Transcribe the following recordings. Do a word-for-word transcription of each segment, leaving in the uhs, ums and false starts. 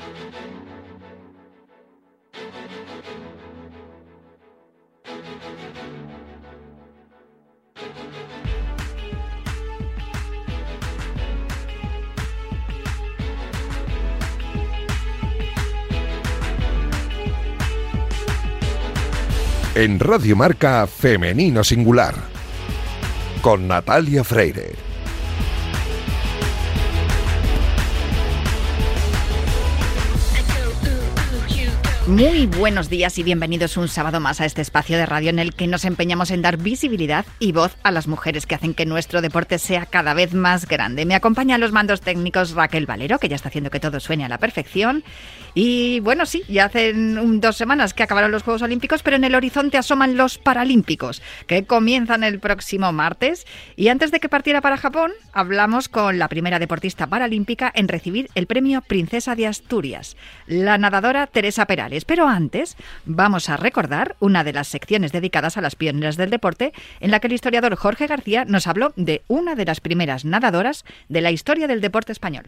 En Radio Marca, Femenino Singular, con Natalia Freire. Muy buenos días y bienvenidos un sábado más a este espacio de radio en el que nos empeñamos en dar visibilidad y voz a las mujeres que hacen que nuestro deporte sea cada vez más grande. Me acompaña a los mandos técnicos Raquel Valero, que ya está haciendo que todo suene a la perfección. Y bueno, sí, ya hacen un, dos semanas que acabaron los Juegos Olímpicos, pero en el horizonte asoman los Paralímpicos, que comienzan el próximo martes. Y antes de que partiera para Japón, hablamos con la primera deportista paralímpica en recibir el premio Princesa de Asturias, la nadadora Teresa Perales. Pero antes vamos a recordar una de las secciones dedicadas a las pioneras del deporte, en la que el historiador Jorge García nos habló de una de las primeras nadadoras de la historia del deporte español.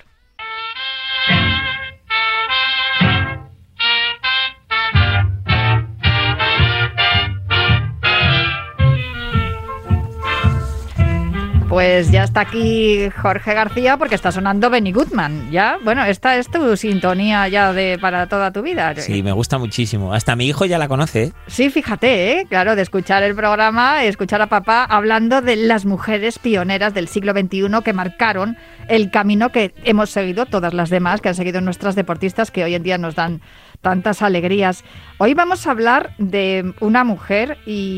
Pues ya está aquí Jorge García porque está sonando Benny Goodman, ¿ya? Bueno, esta es tu sintonía ya de para toda tu vida. Sí, me gusta muchísimo. Hasta mi hijo ya la conoce, ¿eh? Sí, fíjate, ¿eh? Claro, de escuchar el programa, escuchar a papá hablando de las mujeres pioneras del siglo veintiuno que marcaron el camino que hemos seguido todas las demás, que han seguido nuestras deportistas que hoy en día nos dan tantas alegrías. Hoy vamos a hablar de una mujer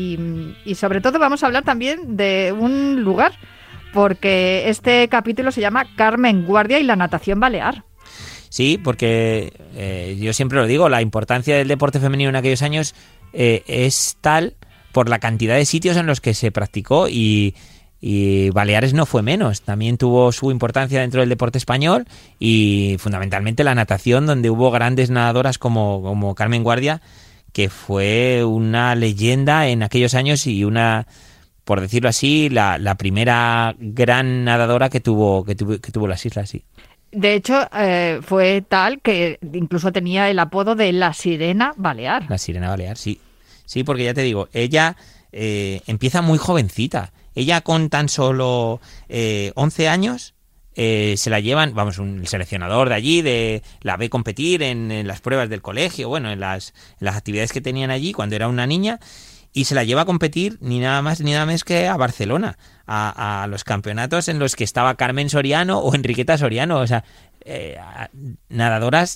y, y sobre todo vamos a hablar también de un lugar, porque este capítulo se llama Carmen Guardia y la natación balear. Sí, porque eh, yo siempre lo digo, la importancia del deporte femenino en aquellos años eh, es tal por la cantidad de sitios en los que se practicó y, y Baleares no fue menos. También tuvo su importancia dentro del deporte español y fundamentalmente la natación, donde hubo grandes nadadoras como, como Carmen Guardia, que fue una leyenda en aquellos años y una, por decirlo así, la, la primera gran nadadora que tuvo, que tuvo, que tuvo las islas, sí. De hecho, eh, fue tal que incluso tenía el apodo de la Sirena Balear. La Sirena Balear, sí. Sí, porque ya te digo, ella eh, empieza muy jovencita. Ella con tan solo eh, once años eh, se la llevan, vamos, un seleccionador de allí, de la ve competir en, en las pruebas del colegio, bueno, en las, en las actividades que tenían allí cuando era una niña. Y se la lleva a competir ni nada más ni nada menos que a Barcelona, a, a los campeonatos en los que estaba Carmen Soriano o Enriqueta Soriano, o sea, eh, nadadoras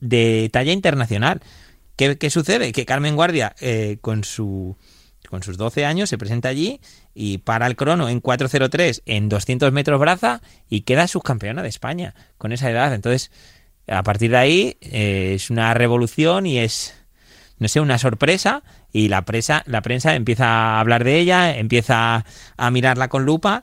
de talla internacional. ¿Qué, qué sucede? Que Carmen Guardia, eh, con su con sus doce años, se presenta allí y para el crono en cuatro cero tres en doscientos metros braza y queda subcampeona de España con esa edad. Entonces, a partir de ahí, eh, es una revolución y es, no sé, una sorpresa. Y la prensa, la prensa empieza a hablar de ella, empieza a mirarla con lupa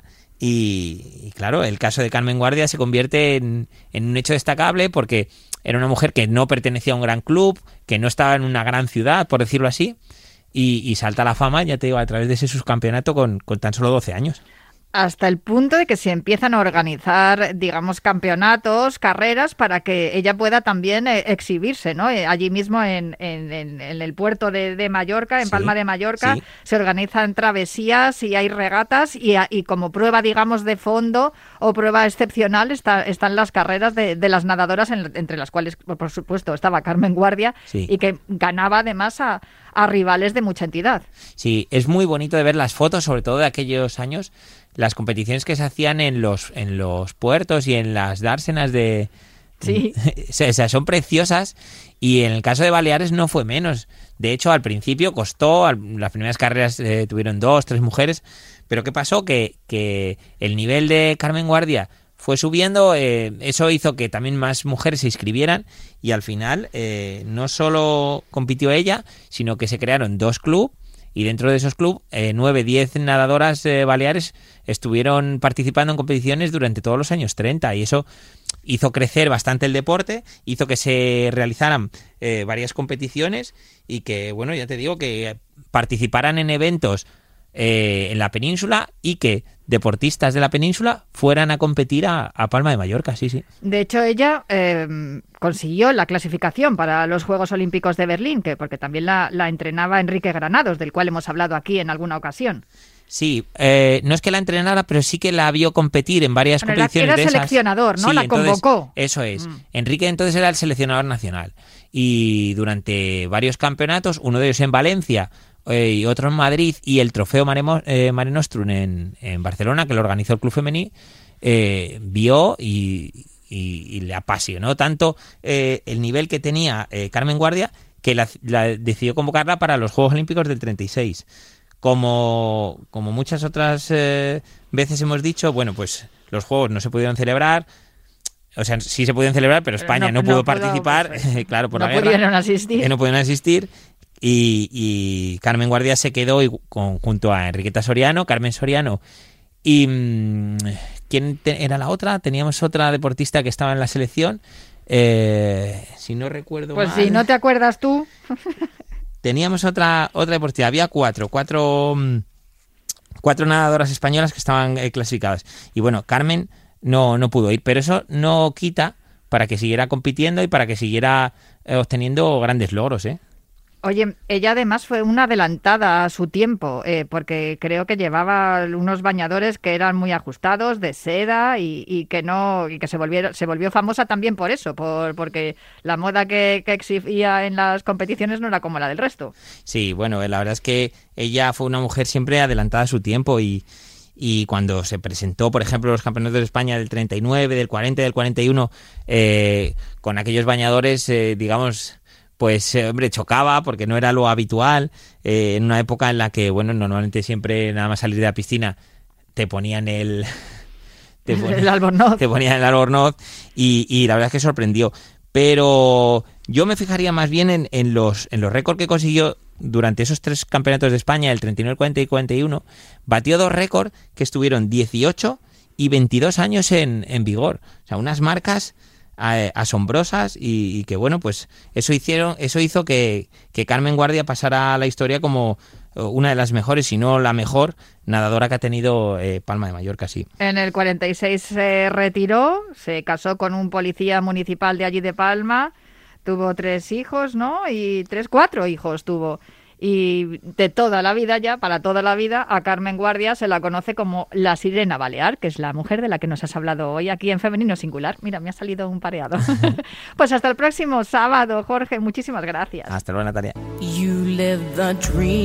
y, y claro, el caso de Carmen Guardia se convierte en, en un hecho destacable porque era una mujer que no pertenecía a un gran club, que no estaba en una gran ciudad, por decirlo así, y, y salta a la fama, ya te digo, a través de ese subcampeonato con, con tan solo doce años. Hasta el punto de que se empiezan a organizar, digamos, campeonatos, carreras, para que ella pueda también eh, exhibirse, ¿no? Eh, allí mismo en, en, en el puerto de, de Mallorca, en sí, Palma de Mallorca, sí. Se organizan travesías y hay regatas y, y como prueba, digamos, de fondo o prueba excepcional está, están las carreras de, de las nadadoras, en, entre las cuales, por supuesto, estaba Carmen Guardia, sí. Y que ganaba además a, a rivales de mucha entidad. Sí, es muy bonito de ver las fotos, sobre todo de aquellos años, las competiciones que se hacían en los en los puertos y en las dársenas de... Sí. O sea, son preciosas y en el caso de Baleares no fue menos. De hecho, al principio costó, las primeras carreras eh, tuvieron dos, tres mujeres, pero ¿qué pasó? Que, que el nivel de Carmen Guardia fue subiendo, eh, eso hizo que también más mujeres se inscribieran y al final eh, no solo compitió ella, sino que se crearon dos clubes. Y dentro de esos clubes, eh, nueve, diez nadadoras eh, baleares estuvieron participando en competiciones durante todos los años treinta. Y eso hizo crecer bastante el deporte, hizo que se realizaran eh, varias competiciones y que, bueno, ya te digo, que participaran en eventos eh, en la península y que deportistas de la península fueran a competir a, a Palma de Mallorca, sí, sí. De hecho, ella eh, consiguió la clasificación para los Juegos Olímpicos de Berlín, que porque también la, la entrenaba Enrique Granados, del cual hemos hablado aquí en alguna ocasión. Sí, eh, no es que la entrenara, pero sí que la vio competir en varias Bueno, competiciones era, era de esas. seleccionador, ¿no? Sí, la entonces, convocó. Eso es. Mm. Enrique entonces era el seleccionador nacional. Y durante varios campeonatos, uno de ellos en Valencia eh, y otro en Madrid, y el trofeo Mare, eh, Mare Nostrum en, en Barcelona, que lo organizó el Club Femení, eh, vio y, y, y le apasionó tanto eh, el nivel que tenía eh, Carmen Guardia, que la, la decidió convocarla para los Juegos Olímpicos del treinta y seis. Como, como muchas otras eh, veces hemos dicho, bueno, pues los Juegos no se pudieron celebrar. O sea, sí se pudieron celebrar, pero España no, no, no pudo, pudo participar, pues, claro, por no la guerra. Pudieron asistir. Eh, no pudieron asistir. Y, y Carmen Guardia se quedó y, con, junto a Enriqueta Soriano, Carmen Soriano. Y mmm, ¿quién te, era la otra? Teníamos otra deportista que estaba en la selección. Eh, si no recuerdo Pues mal. si no te acuerdas tú. Teníamos otra otra deportista. Había cuatro, cuatro, cuatro nadadoras españolas que estaban eh, clasificadas. Y bueno, Carmen no, no pudo ir, pero eso no quita para que siguiera compitiendo y para que siguiera eh, obteniendo grandes logros, ¿eh? Oye, ella además fue una adelantada a su tiempo, eh, porque creo que llevaba unos bañadores que eran muy ajustados, de seda, y, y que no y que se volvieron, se volvió famosa también por eso, por porque la moda que, que exhibía en las competiciones no era como la del resto. Sí, bueno, la verdad es que ella fue una mujer siempre adelantada a su tiempo y, y cuando se presentó, por ejemplo, los campeonatos de España del treinta y nueve, del cuarenta y del cuarenta y uno, eh, con aquellos bañadores, eh, digamos... pues, eh, hombre, chocaba porque no era lo habitual, eh, en una época en la que, bueno, normalmente siempre nada más salir de la piscina te ponían el... Te ponían, el albornoz. Te ponían el albornoz y, y la verdad es que sorprendió. Pero yo me fijaría más bien en, en los en los récords que consiguió durante esos tres campeonatos de España, el treinta y nueve, cuarenta y cuarenta y uno. Batió dos récords que estuvieron dieciocho y veintidós años en, en vigor. O sea, unas marcas... asombrosas y, y que bueno, pues eso hicieron eso hizo que, que Carmen Guardia pasara a la historia como una de las mejores, si no la mejor nadadora que ha tenido eh, Palma de Mallorca, sí. En el cuarenta y seis se retiró, se casó con un policía municipal de allí de Palma, tuvo tres hijos, ¿no? Y tres, cuatro hijos tuvo. Y de toda la vida ya, para toda la vida, a Carmen Guardia se la conoce como la Sirena Balear, que es la mujer de la que nos has hablado hoy aquí en Femenino Singular. Mira, me ha salido un pareado. Pues hasta el próximo sábado, Jorge. Muchísimas gracias. Hasta luego, Natalia. You live the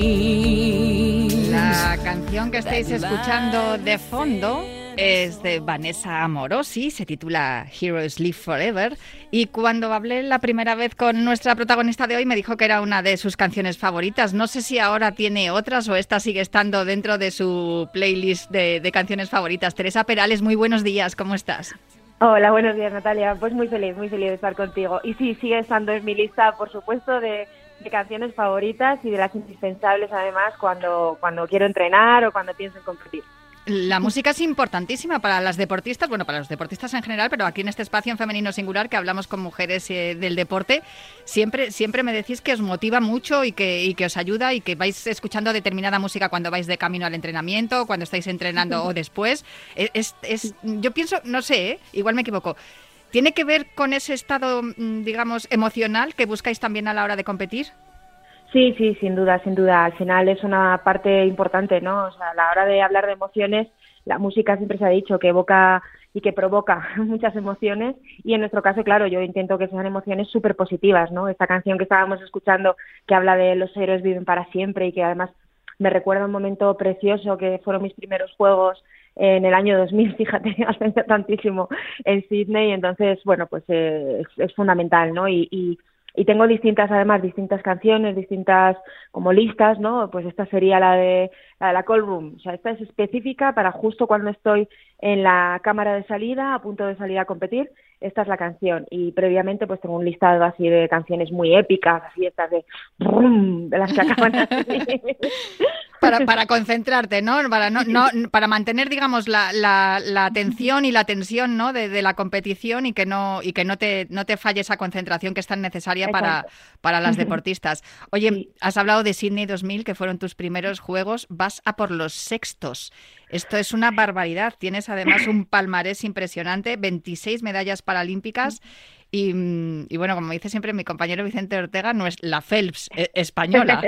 dream. La canción que estáis escuchando de fondo es de Vanessa Amorosi, se titula Heroes Live Forever, y cuando hablé la primera vez con nuestra protagonista de hoy me dijo que era una de sus canciones favoritas. No sé si ahora tiene otras o esta sigue estando dentro de su playlist de, de canciones favoritas. Teresa Perales, muy buenos días, ¿cómo estás? Hola, buenos días, Natalia. Pues muy feliz, muy feliz de estar contigo. Y sí, sigue estando en mi lista, por supuesto, de, de canciones favoritas y de las indispensables, además, cuando, cuando quiero entrenar o cuando pienso en competir. La música es importantísima para las deportistas, bueno, para los deportistas en general, pero aquí en este espacio en Femenino Singular, que hablamos con mujeres eh, del deporte, siempre siempre me decís que os motiva mucho y que, y que os ayuda y que vais escuchando determinada música cuando vais de camino al entrenamiento, cuando estáis entrenando o después. Es, es, es, yo pienso, no sé, ¿eh? Igual me equivoco, ¿tiene que ver con ese estado, digamos, emocional que buscáis también a la hora de competir? Sí, sí, sin duda, sin duda. Al final es una parte importante, ¿no? O sea, a la hora de hablar de emociones, la música siempre se ha dicho que evoca y que provoca muchas emociones, y en nuestro caso, claro, yo intento que sean emociones súper positivas, ¿no? Esta canción que estábamos escuchando, que habla de los héroes viven para siempre y que además me recuerda un momento precioso que fueron mis primeros juegos en el año dos mil, fíjate, hace tantísimo, en Sydney. Entonces, bueno, pues eh, es, es fundamental, ¿no? Y, y Y tengo distintas, además, distintas canciones, distintas como listas, ¿no? Pues esta sería la de la, de la call room. O sea, esta es específica para justo cuando estoy en la cámara de salida, a punto de salir a competir. Esta es la canción. Y previamente, pues tengo un listado así de canciones muy épicas, así estas de brum, de las que acaban así. Para, para concentrarte, ¿no? Para no, no para mantener, digamos, la, la, la atención y la tensión, ¿no? De, de la competición y que no y que no te no te falle esa concentración que es tan necesaria para, para las deportistas. Oye, sí. Has hablado de Sydney dos mil, que fueron tus primeros juegos. ¿Vas vas a por los sextos. Esto es una barbaridad. Tienes además un palmarés impresionante, veintiséis medallas paralímpicas y, y bueno, como dice siempre mi compañero Vicente Ortega, no es la Phelps eh, española.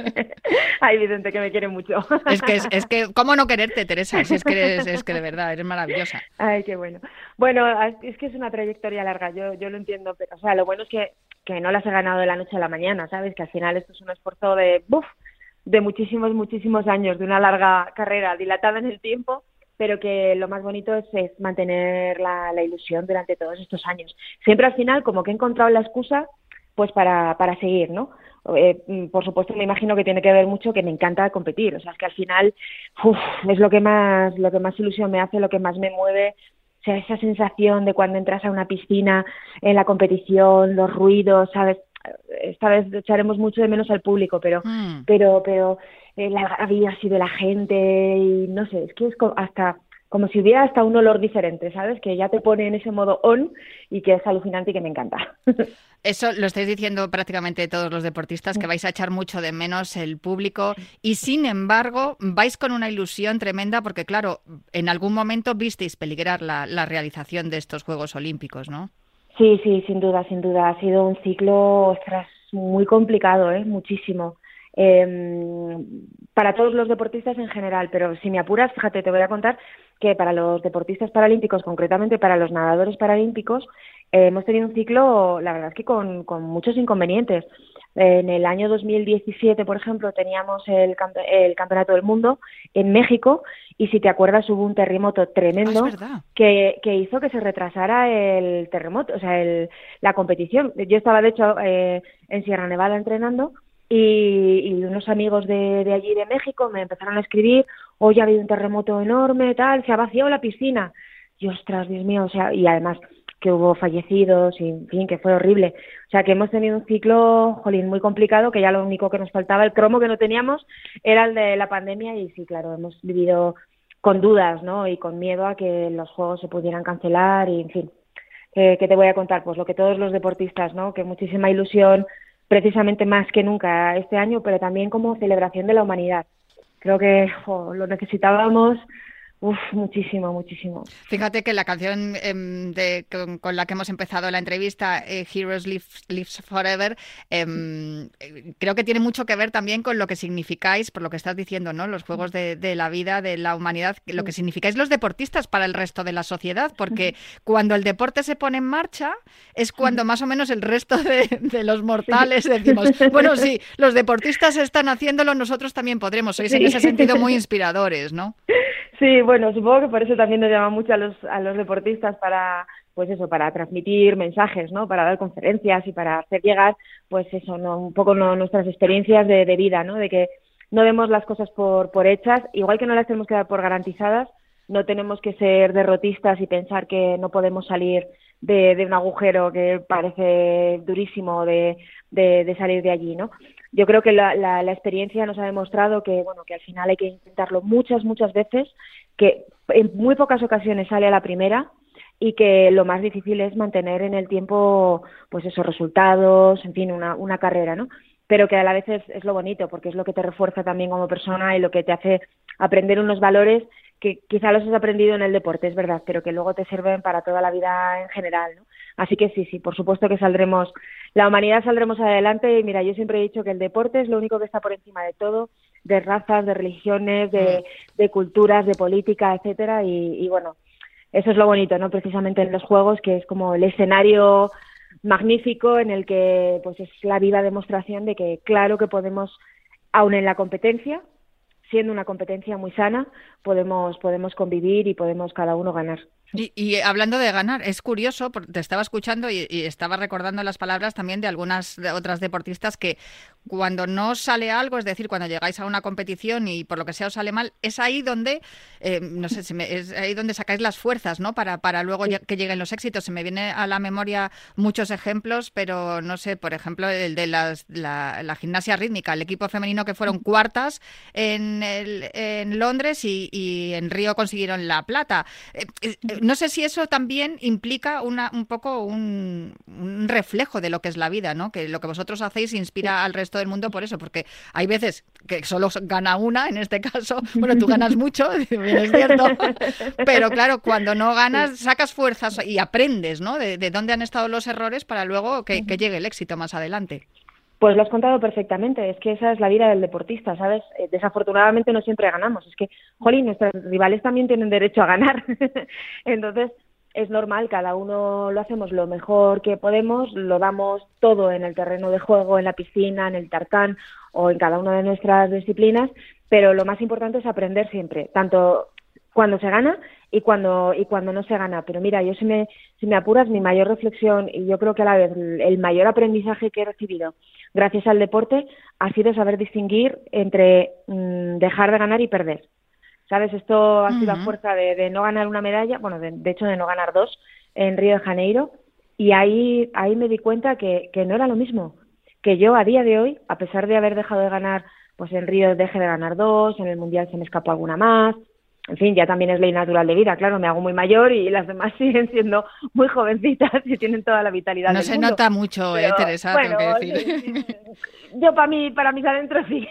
Ay, Vicente, que me quiere mucho. Es que, es, es que ¿cómo no quererte, Teresa? Si es que eres, es que de verdad, eres maravillosa. Ay, qué bueno. Bueno, es que es una trayectoria larga, yo, yo lo entiendo, pero o sea, lo bueno es que, que no las he ganado de la noche a la mañana, ¿sabes? Que al final esto es un esfuerzo de, buf, de muchísimos, muchísimos años, de una larga carrera dilatada en el tiempo, pero que lo más bonito es, es mantener la, la ilusión durante todos estos años. Siempre al final como que he encontrado la excusa pues para, para seguir, ¿no? Eh, por supuesto me imagino que tiene que ver mucho que me encanta competir, o sea, es que al final uf, es lo que más, lo que más ilusión me hace, lo que más me mueve. O sea, esa sensación de cuando entras a una piscina, en la competición, los ruidos, ¿sabes? Esta vez echaremos mucho de menos al público, pero mm. pero pero eh, la algarabía así de la gente y no sé, es que es co- hasta como si hubiera hasta un olor diferente, ¿sabes? Que ya te pone en ese modo on y que es alucinante y que me encanta. Eso lo estáis diciendo prácticamente todos los deportistas, que vais a echar mucho de menos el público y sin embargo vais con una ilusión tremenda porque claro, en algún momento visteis peligrar la, la realización de estos Juegos Olímpicos, ¿no? Sí, sí, sin duda, sin duda. Ha sido un ciclo, ostras, muy complicado, ¿eh? Muchísimo. Eh, para todos los deportistas en general, pero si me apuras, fíjate, te voy a contar que para los deportistas paralímpicos, concretamente para los nadadores paralímpicos, eh, hemos tenido un ciclo, la verdad es que con, con muchos inconvenientes. En el año dos mil diecisiete, por ejemplo, teníamos el, campe- el Campeonato del Mundo en México y si te acuerdas hubo un terremoto tremendo ah, que, que hizo que se retrasara el terremoto, o sea, el, la competición. Yo estaba, de hecho, eh, en Sierra Nevada entrenando y, y unos amigos de, de allí de México me empezaron a escribir, hoy ha habido un terremoto enorme, tal, se ha vaciado la piscina. Y ostras, Dios mío, o sea, y además que hubo fallecidos y, en fin, que fue horrible. O sea, que hemos tenido un ciclo, jolín, muy complicado, que ya lo único que nos faltaba, el cromo que no teníamos, era el de la pandemia y sí, claro, hemos vivido con dudas, ¿no? Y con miedo a que los juegos se pudieran cancelar y, en fin, eh, ¿qué te voy a contar? Pues lo que todos los deportistas, ¿no? Que muchísima ilusión, precisamente más que nunca este año, pero también como celebración de la humanidad. Creo que jo, lo necesitábamos. Uf, muchísimo, muchísimo. Fíjate que la canción eh, de, con, con la que hemos empezado la entrevista, eh, Heroes Live, Lives Forever, eh, creo que tiene mucho que ver también con lo que significáis, por lo que estás diciendo, ¿no? Los juegos de, de la vida, de la humanidad, lo que significáis los deportistas para el resto de la sociedad, porque cuando el deporte se pone en marcha es cuando más o menos el resto de, de los mortales decimos, bueno, sí, los deportistas están haciéndolo, nosotros también podremos. Sois en ese sentido muy inspiradores, ¿no? Sí, bueno, supongo que por eso también nos llama mucho a los a los deportistas para, pues eso, para transmitir mensajes, ¿no? Para dar conferencias y para hacer llegar, pues eso, no, un poco no, nuestras experiencias de, de vida, ¿no? De que no demos las cosas por por hechas, igual que no las tenemos que dar por garantizadas, no tenemos que ser derrotistas y pensar que no podemos salir de, de un agujero que parece durísimo de, de, de salir de allí, ¿no? Yo creo que la, la, la experiencia nos ha demostrado que, bueno, que al final hay que intentarlo muchas, muchas veces, que en muy pocas ocasiones sale a la primera y que lo más difícil es mantener en el tiempo, pues esos resultados, en fin, una, una carrera, ¿no? Pero que a la vez es, es lo bonito, porque es lo que te refuerza también como persona y lo que te hace aprender unos valores que quizá los has aprendido en el deporte, es verdad, pero que luego te sirven para toda la vida en general, ¿no? Así que sí, sí, por supuesto que saldremos, la humanidad saldremos adelante. Y mira, yo siempre he dicho que el deporte es lo único que está por encima de todo, de razas, de religiones, de, de culturas, de política, etcétera, y, y bueno, eso es lo bonito, ¿no? Precisamente en los Juegos, que es como el escenario magnífico en el que pues es la viva demostración de que claro que podemos, aun en la competencia, siendo una competencia muy sana, podemos podemos convivir y podemos cada uno ganar. Y, y hablando de ganar, es curioso, porque te estaba escuchando y, y estaba recordando las palabras también de algunas de otras deportistas que cuando no sale algo, es decir, cuando llegáis a una competición y por lo que sea os sale mal, es ahí donde, eh, no sé, se me, es ahí donde sacáis las fuerzas, ¿no? Para, para luego sí. que lleguen los éxitos. Se me viene a la memoria muchos ejemplos, pero no sé, por ejemplo, el de las, la, la gimnasia rítmica, el equipo femenino que fueron cuartas en, el, en Londres y, y en Río consiguieron la plata. Eh, eh, no sé si eso también implica una, un poco un, un reflejo de lo que es la vida, ¿no? Que lo que vosotros hacéis inspira al resto del mundo por eso, porque hay veces que solo gana una, en este caso, bueno, tú ganas mucho, bien es cierto, pero claro, cuando no ganas, sacas fuerzas y aprendes, ¿no? De, de dónde han estado los errores para luego que, que llegue el éxito más adelante. Pues lo has contado perfectamente, es que esa es la vida del deportista, ¿sabes? Eh, desafortunadamente no siempre ganamos, es que, jolín, nuestros rivales también tienen derecho a ganar, entonces es normal, cada uno lo hacemos lo mejor que podemos, lo damos todo en el terreno de juego, en la piscina, en el tartán o en cada una de nuestras disciplinas, pero lo más importante es aprender siempre, tanto cuando se gana y cuando y cuando no se gana. Pero mira, yo si me, si me apuras, mi mayor reflexión y yo creo que a la vez el mayor aprendizaje que he recibido gracias al deporte ha sido saber distinguir entre mmm, dejar de ganar y perder. ¿Sabes? Esto ha sido uh-huh. a fuerza de, de no ganar una medalla, bueno, de, de hecho de no ganar dos en Río de Janeiro, y ahí ahí me di cuenta que, que no era lo mismo, que yo a día de hoy, a pesar de haber dejado de ganar, pues en Río dejé de ganar dos, en el Mundial se me escapó alguna más, en fin, ya también es ley natural de vida, claro, me hago muy mayor y las demás siguen siendo muy jovencitas y tienen toda la vitalidad no del se mundo. nota mucho, Pero, eh, Teresa, bueno, tengo que decir. Sí, sí. Yo para mí, para mis adentros sí.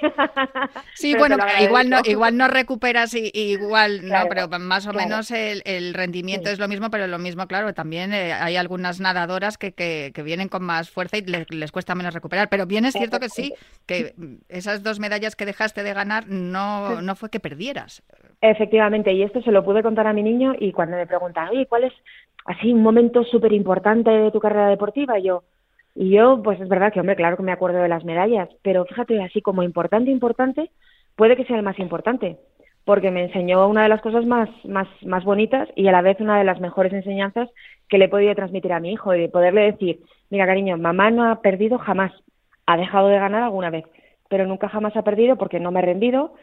Sí, bueno, igual no, igual no recuperas y, y igual, claro, no, pero más o claro. menos el, el rendimiento sí. es lo mismo, pero lo mismo, claro, también eh, hay algunas nadadoras que, que, que vienen con más fuerza y les, les cuesta menos recuperar. Pero bien es cierto que sí, que esas dos medallas que dejaste de ganar no, no fue que perdieras. Efectivamente, y esto se lo pude contar a mi niño y cuando me preguntan, oye, ¿cuál es así un momento súper importante de tu carrera deportiva? Y yo, y yo, pues es verdad que, hombre, claro que me acuerdo de las medallas, pero fíjate, así como importante, importante, puede que sea el más importante, porque me enseñó una de las cosas más, más, más bonitas y a la vez una de las mejores enseñanzas que le he podido transmitir a mi hijo, de poderle decir, mira, cariño, mamá no ha perdido jamás, ha dejado de ganar alguna vez, pero nunca jamás ha perdido porque no me he rendido,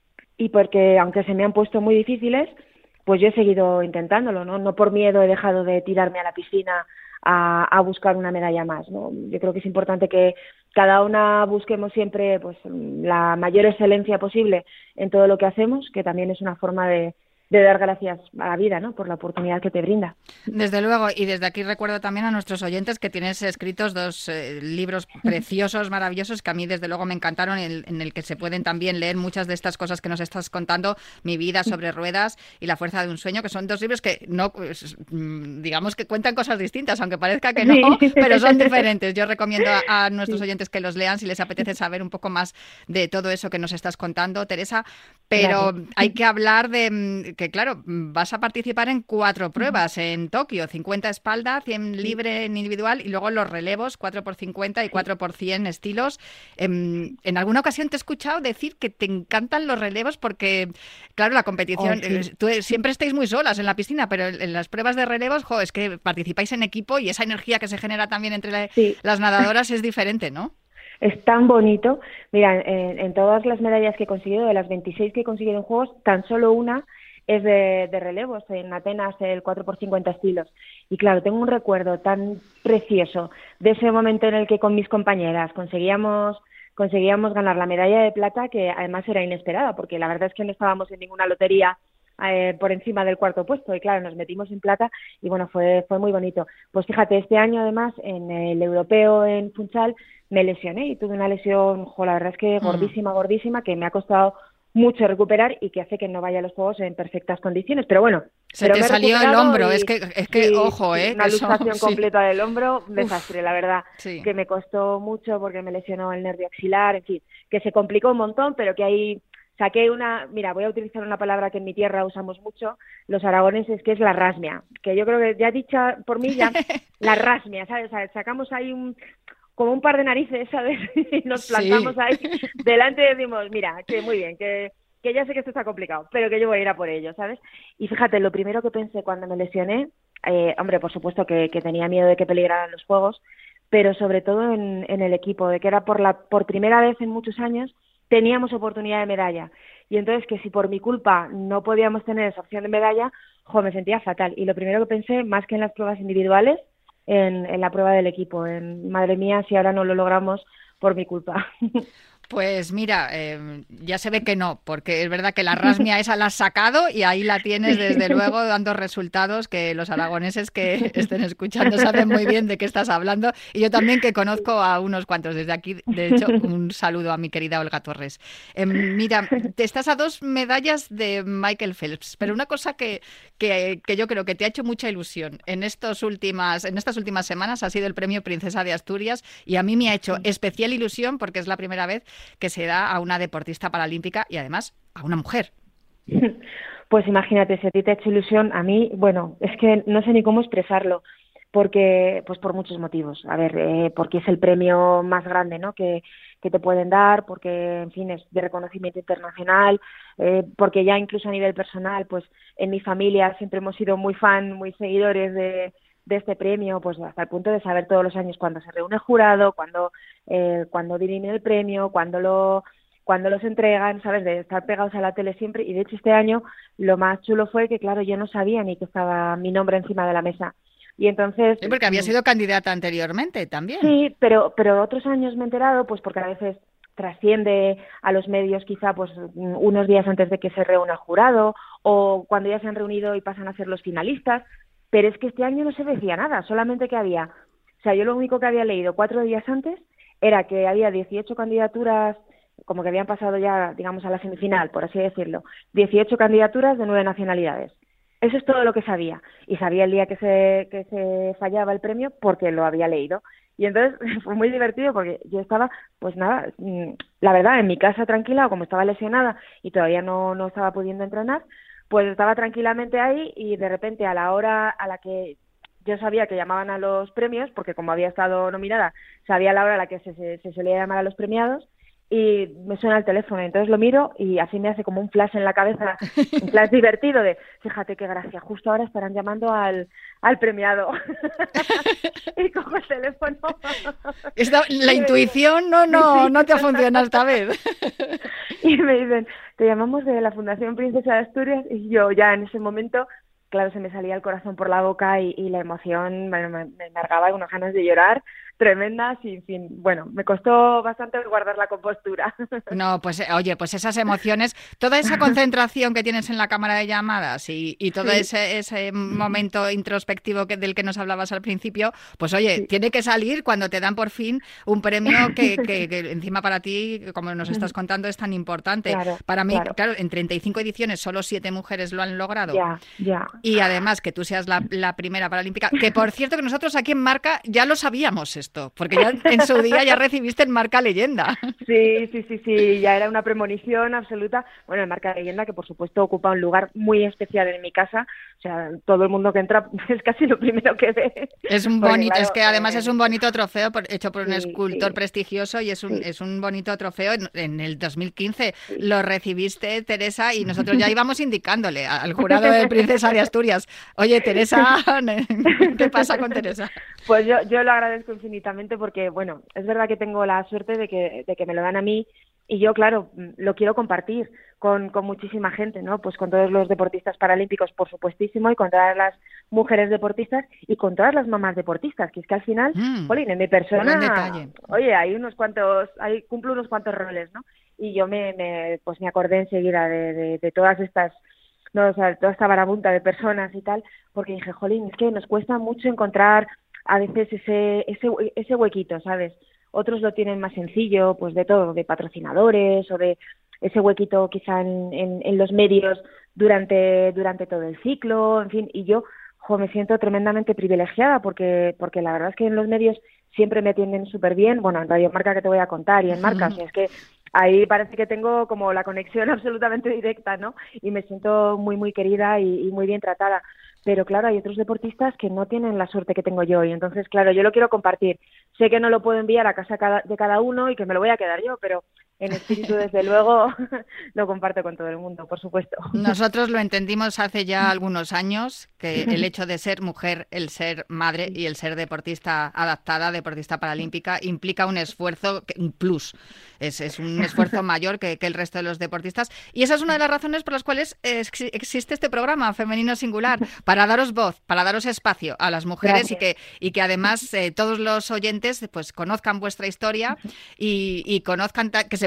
y porque aunque se me han puesto muy difíciles, pues yo he seguido intentándolo, ¿no? No por miedo he dejado de tirarme a la piscina a, a buscar una medalla más, ¿no? Yo creo que es importante que cada una busquemos siempre pues la mayor excelencia posible en todo lo que hacemos, que también es una forma de, de dar gracias a la vida, ¿no? Por la oportunidad que te brinda. Desde luego, y desde aquí recuerdo también a nuestros oyentes que tienes escritos dos eh, libros preciosos, maravillosos, que a mí desde luego me encantaron, en, en el que se pueden también leer muchas de estas cosas que nos estás contando, Mi vida sobre ruedas y La fuerza de un sueño, que son dos libros que no, pues, digamos que cuentan cosas distintas, aunque parezca que no, sí. pero son diferentes. Yo recomiendo a, a nuestros sí. oyentes que los lean si les apetece saber un poco más de todo eso que nos estás contando, Teresa, pero claro. hay que hablar de que, claro, vas a participar en cuatro pruebas en Tokio, cincuenta espalda, cien libre en individual y luego los relevos, cuatro por cincuenta y cuatro por cien estilos. En, en alguna ocasión te he escuchado decir que te encantan los relevos porque, claro, la competición, oh, sí. tú, siempre estáis muy solas en la piscina, pero en las pruebas de relevos, jo, es que participáis en equipo y esa energía que se genera también entre la, sí. las nadadoras es diferente, ¿no? Es tan bonito. Mira, en, en todas las medallas que he conseguido, de las veintiséis que he conseguido en Juegos, tan solo una es de, de relevos, en Atenas el cuatro por cincuenta estilos. Y claro, tengo un recuerdo tan precioso de ese momento en el que con mis compañeras conseguíamos conseguíamos ganar la medalla de plata, que además era inesperada, porque la verdad es que no estábamos en ninguna lotería eh, por encima del cuarto puesto, y claro, nos metimos en plata y bueno, fue fue muy bonito. Pues fíjate, este año además en el europeo en Funchal me lesioné y tuve una lesión, jo, la verdad es que gordísima, gordísima, que me ha costado mucho recuperar y que hace que no vaya a los juegos en perfectas condiciones, pero bueno. Se pero te salió el hombro, y, es que, es que sí, ojo, ¿eh? Una que luxación eso, completa sí. del hombro, un desastre, Uf, la verdad, sí. que me costó mucho porque me lesionó el nervio axilar, en fin, que se complicó un montón, pero que ahí saqué una, mira, voy a utilizar una palabra que en mi tierra usamos mucho, los aragoneses, que es la rasmia, que yo creo que ya dicha por mí, ya la rasmia, ¿sabes? O sea, sacamos ahí un... como un par de narices, ¿sabes? Y nos plantamos sí. ahí delante y decimos, mira, que muy bien, que, que ya sé que esto está complicado, pero que yo voy a ir a por ello, ¿sabes? Y fíjate, lo primero que pensé cuando me lesioné, eh, hombre, por supuesto que, que tenía miedo de que peligraran los juegos, pero sobre todo en, en el equipo, de que era por la por primera vez en muchos años teníamos oportunidad de medalla. Y entonces que si por mi culpa no podíamos tener esa opción de medalla, jo, me sentía fatal. Y lo primero que pensé, más que en las pruebas individuales, En, en la prueba del equipo, en madre mía si ahora no lo logramos por mi culpa. Pues mira, eh, ya se ve que no, porque es verdad que la rasmia esa la has sacado y ahí la tienes desde luego dando resultados que los aragoneses que estén escuchando saben muy bien de qué estás hablando, y yo también que conozco a unos cuantos. Desde aquí, de hecho, un saludo a mi querida Olga Torres. Eh, mira, te estás a dos medallas de Michael Phelps, pero una cosa que, que, que yo creo que te ha hecho mucha ilusión en, estos últimas, en estas últimas semanas ha sido el premio Princesa de Asturias, y a mí me ha hecho especial ilusión porque es la primera vez que se da a una deportista paralímpica y además a una mujer. Pues imagínate, si a ti te ha hecho ilusión, a mí, bueno, es que no sé ni cómo expresarlo, porque, pues por muchos motivos. A ver, eh, porque es el premio más grande, ¿no?, que, que te pueden dar, porque, en fin, es de reconocimiento internacional, eh, porque ya incluso a nivel personal, pues en mi familia siempre hemos sido muy fan, muy seguidores de de este premio, pues hasta el punto de saber todos los años cuándo se reúne el jurado, cuándo eh, cuándo dirime el premio, cuándo lo cuando los entregan, ¿sabes?, de estar pegados a la tele siempre. Y de hecho este año lo más chulo fue que, claro, yo no sabía ni que estaba mi nombre encima de la mesa. Y entonces... Sí, porque había sido candidata anteriormente también. Sí, pero, pero otros años me he enterado, pues porque a veces trasciende a los medios quizá pues unos días antes de que se reúna el jurado, o cuando ya se han reunido y pasan a ser los finalistas. Pero es que este año no se decía nada, solamente que había, o sea, yo lo único que había leído cuatro días antes era que había dieciocho candidaturas, como que habían pasado ya, digamos, a la semifinal, por así decirlo, dieciocho candidaturas de nueve nacionalidades. Eso es todo lo que sabía. Y sabía el día que se, que se fallaba el premio porque lo había leído. Y entonces fue muy divertido porque yo estaba, pues nada, la verdad, en mi casa tranquila, o como estaba lesionada y todavía no, no estaba pudiendo entrenar, pues estaba tranquilamente ahí, y de repente a la hora a la que yo sabía que llamaban a los premios, porque como había estado nominada, sabía la hora a la que se, se, se solía llamar a los premiados, y me suena el teléfono, entonces lo miro y así me hace como un flash en la cabeza, un flash divertido de, fíjate qué gracia, justo ahora estarán llamando al, al premiado. Y cojo el teléfono. Esta, la intuición no, no, no te ha funcionado esta vez. Y me dicen, te llamamos de la Fundación Princesa de Asturias, y yo ya en ese momento, claro, se me salía el corazón por la boca y, y la emoción bueno, me, me largaba unas ganas de llorar tremendas y, en fin, bueno, me costó bastante guardar la compostura. No, pues oye, pues esas emociones, toda esa concentración que tienes en la cámara de llamadas y, y todo sí. ese, ese momento introspectivo que, del que nos hablabas al principio, pues oye, sí. tiene que salir cuando te dan por fin un premio que, que, que encima para ti, como nos estás contando, es tan importante. Claro, para mí, claro. claro, en treinta y cinco ediciones solo siete mujeres lo han logrado. Ya, ya. Y además que tú seas la, la primera paralímpica, que por cierto que nosotros aquí en Marca ya lo sabíamos esto. Porque ya en su día ya recibiste el Marca Leyenda. Sí, sí, sí, sí, ya era una premonición absoluta. Bueno, el Marca Leyenda, que por supuesto ocupa un lugar muy especial en mi casa. O sea, todo el mundo que entra es casi lo primero que ve. Es un bonito, claro, es que además eh, es un bonito trofeo por, hecho por un sí, escultor sí. prestigioso, y es un, sí. es un bonito trofeo. En, en el dos mil quince sí. lo recibiste, Teresa, y nosotros ya íbamos indicándole al jurado de Princesa de Asturias, oye, Teresa, ¿qué pasa con Teresa? Pues yo, yo lo agradezco infinitamente porque, bueno, es verdad que tengo la suerte de que, de que me lo dan a mí, y yo, claro, lo quiero compartir con, con muchísima gente, ¿no? Pues con todos los deportistas paralímpicos, por supuestísimo, y con todas las mujeres deportistas y con todas las mamás deportistas, que es que al final, mm, jolín, en mi persona, oye, hay unos cuantos, hay, cumplo unos cuantos roles, ¿no? Y yo me, me pues me acordé enseguida de, de, de todas estas, no, o sea, toda esta marabunta de personas y tal, porque dije, jolín, es que nos cuesta mucho encontrar a veces ese, ese, ese huequito, ¿sabes? Otros lo tienen más sencillo, pues de todo, de patrocinadores o de ese huequito quizá en, en, en los medios durante, durante todo el ciclo, en fin, y yo jo, me siento tremendamente privilegiada porque, porque la verdad es que en los medios siempre me atienden súper bien, bueno, en Radio Marca que te voy a contar, y en Marca, o sea, es que ahí parece que tengo como la conexión absolutamente directa, ¿no? Y me siento muy, muy querida y, y muy bien tratada. Pero claro, hay otros deportistas que no tienen la suerte que tengo yo, y entonces, claro, yo lo quiero compartir. Sé que no lo puedo enviar a casa de cada uno y que me lo voy a quedar yo, pero en espíritu, desde luego, lo comparto con todo el mundo, por supuesto. Nosotros lo entendimos hace ya algunos años, que el hecho de ser mujer, el ser madre y el ser deportista adaptada, deportista paralímpica, implica un esfuerzo, un plus. Es, es un esfuerzo mayor que, que el resto de los deportistas. Y esa es una de las razones por las cuales ex- existe este programa Femenino Singular, para daros voz, para daros espacio a las mujeres. Gracias. y que y que además eh, todos los oyentes pues conozcan vuestra historia y, y conozcan ta- que se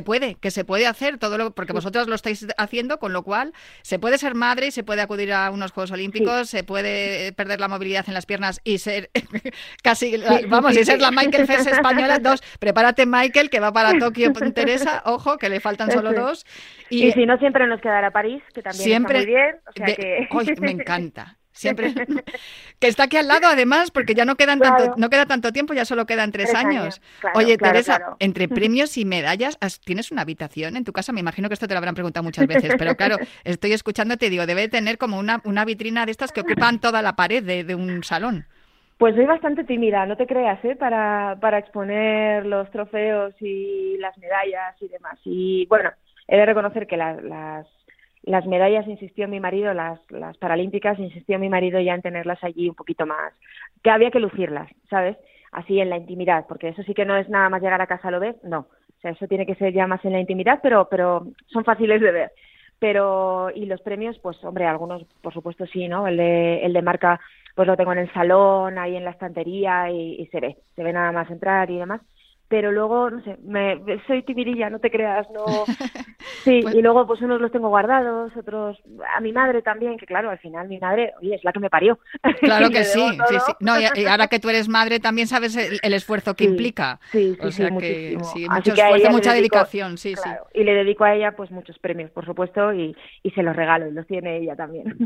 puede, que se puede hacer todo lo, porque vosotros lo estáis haciendo, con lo cual se puede ser madre y se puede acudir a unos Juegos Olímpicos, sí. se puede perder la movilidad en las piernas y ser casi, sí, vamos, sí, sí, y ser sí. la Michael Phelps española. Dos, prepárate Michael, que va para Tokio, Teresa, ojo, que le faltan solo sí. dos. Y, y si no, siempre nos quedará París, que también siempre, está muy bien. O sea de, que... ¡Ay, me encanta! Siempre que está aquí al lado, además, porque ya no quedan claro. tanto, no queda tanto tiempo, ya solo quedan tres, tres años. años. Claro, Oye, claro, Teresa, claro. entre premios y medallas, ¿tienes una habitación en tu casa? Me imagino que esto te lo habrán preguntado muchas veces, pero claro, estoy escuchándote y digo, debe tener como una, una vitrina de estas que ocupan toda la pared de, de un salón. Pues soy bastante tímida, no te creas, ¿eh? Para, para exponer los trofeos y las medallas y demás. Y bueno, he de reconocer que las... las Las medallas insistió mi marido, las, las paralímpicas, insistió mi marido ya en tenerlas allí un poquito más, que había que lucirlas, ¿sabes? Así en la intimidad, porque eso sí que no es nada más llegar a casa lo ves, no. O sea, eso tiene que ser ya más en la intimidad, pero, pero son fáciles de ver. Pero, y los premios, pues hombre, algunos por supuesto sí, ¿no? El de, el de marca, pues lo tengo en el salón, ahí en la estantería y, y se ve, se ve nada más entrar y demás. Pero luego, no sé, me, soy timidilla, no te creas, no... Sí, pues... y luego pues unos los tengo guardados, otros... A mi madre también, que claro, al final mi madre, oye, es la que me parió. Claro que sí, sí, sí. No, y, y ahora que tú eres madre también sabes el, el esfuerzo que sí, implica. Sí, sí, o sea sí, que, muchísimo. Sí, mucho esfuerzo, mucha dedico, dedicación, sí, claro, sí. Y le dedico a ella pues muchos premios, por supuesto, y, y se los regalo, y los tiene ella también.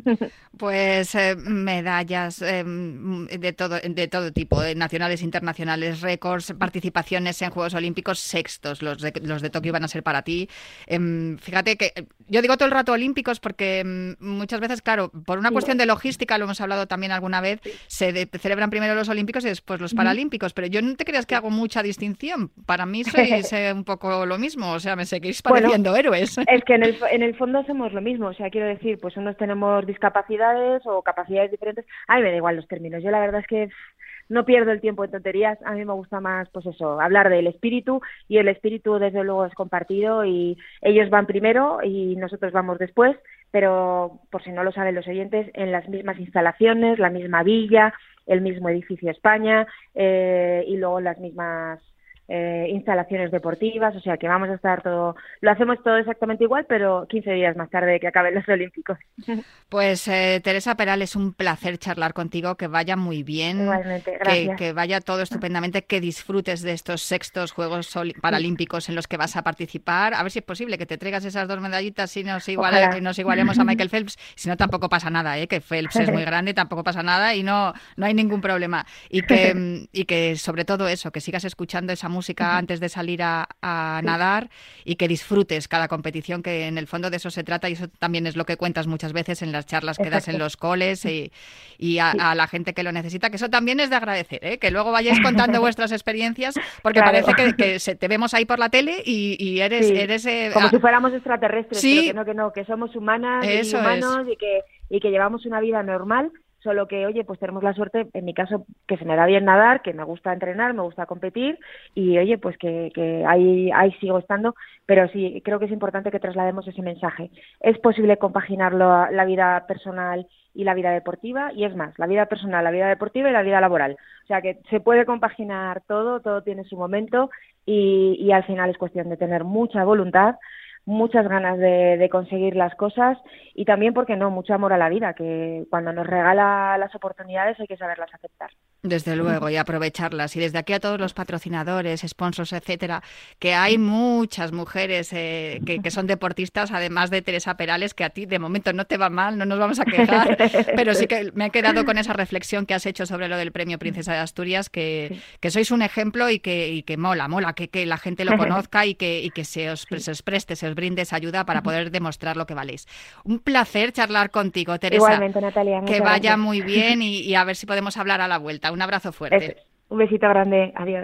Pues eh, medallas eh, de todo de todo tipo, eh, nacionales, internacionales, récords, participaciones en Juegos Olímpicos, sextos, los de, los de Tokio van a ser para ti. Eh, fíjate que yo digo todo el rato olímpicos porque eh, muchas veces, claro, por una sí, cuestión de logística, lo hemos hablado también alguna vez, sí. se de, celebran primero los olímpicos y después los paralímpicos, pero yo no te creas que hago mucha distinción. Para mí sois eh, un poco lo mismo, o sea, me seguís pareciendo bueno, héroes. Es que en el, en el fondo somos lo mismo, o sea, quiero decir, pues unos tenemos discapacidades o capacidades diferentes. A mí me da igual los términos, yo la verdad es que no pierdo el tiempo en tonterías, a mí me gusta más, pues eso, hablar del espíritu, y el espíritu desde luego es compartido y ellos van primero y nosotros vamos después, pero por si no lo saben los oyentes, en las mismas instalaciones, la misma villa, el mismo edificio España eh, y luego las mismas eh, instalaciones deportivas, o sea que vamos a estar todo, lo hacemos todo exactamente igual, pero quince días más tarde de que acaben los Olímpicos. Pues eh, Teresa Peral, es un placer charlar contigo, que vaya muy bien. Igualmente, gracias. Que, que vaya todo estupendamente, que disfrutes de estos sextos Juegos Paralímpicos en los que vas a participar. A ver si es posible que te traigas esas dos medallitas y nos, iguale, que nos igualemos a Michael Phelps. Si no, tampoco pasa nada, ¿eh? Que Phelps es muy grande, tampoco pasa nada y no, no hay ningún problema. Y que, y que sobre todo eso, que sigas escuchando esa música antes de salir a, a nadar y que disfrutes cada competición, que en el fondo de eso se trata, y eso también es lo que cuentas muchas veces en las charlas que das en los coles y, y a, a la gente que lo necesita, que eso también es de agradecer, ¿eh? Que luego vayáis contando vuestras experiencias, porque claro, parece que, que se, te vemos ahí por la tele y, y eres... Sí. eres eh, como a... si fuéramos extraterrestres, sí. Pero que no, que no, que somos humanas eso y humanos es. y, que, y que llevamos una vida normal. Solo que, oye, pues tenemos la suerte, en mi caso, que se me da bien nadar, que me gusta entrenar, me gusta competir y, oye, pues que, que ahí, ahí sigo estando. Pero sí, creo que es importante que traslademos ese mensaje. Es posible compaginarlo, la vida personal y la vida deportiva, y es más, la vida personal, la vida deportiva y la vida laboral. O sea, que se puede compaginar todo, todo tiene su momento y, y al final es cuestión de tener mucha voluntad, muchas ganas de, de conseguir las cosas y también, ¿por qué no?, mucho amor a la vida, que cuando nos regala las oportunidades hay que saberlas aceptar. Desde luego, y aprovecharlas. Y desde aquí a todos los patrocinadores, sponsors, etcétera, que hay muchas mujeres eh, que, que son deportistas, además de Teresa Perales, que a ti de momento no te va mal, no nos vamos a quejar, pero sí que me he quedado con esa reflexión que has hecho sobre lo del Premio Princesa de Asturias, que, sí. que sois un ejemplo y que, y que mola, mola, que, que la gente lo conozca y que, y que se os, se os preste, se os brinde esa ayuda para poder demostrar lo que valéis. Un placer charlar contigo, Teresa. Igualmente, Natalia. Que vaya gracias. Muy bien y, y a ver si podemos hablar a la vuelta. Un abrazo fuerte. Eso. Un besito grande. Adiós.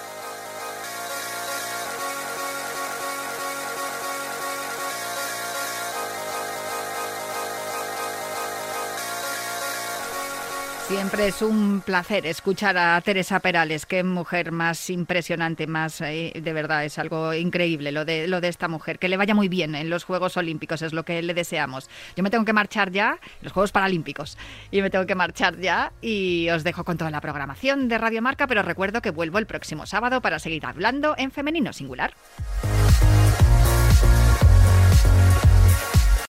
Siempre es un placer escuchar a Teresa Perales. Qué mujer más impresionante, más eh, de verdad, es algo increíble lo de lo de esta mujer. Que le vaya muy bien en los Juegos Olímpicos, es lo que le deseamos. Yo me tengo que marchar ya, los Juegos Paralímpicos, y me tengo que marchar ya y os dejo con toda la programación de Radio Marca, pero recuerdo que vuelvo el próximo sábado para seguir hablando en femenino singular.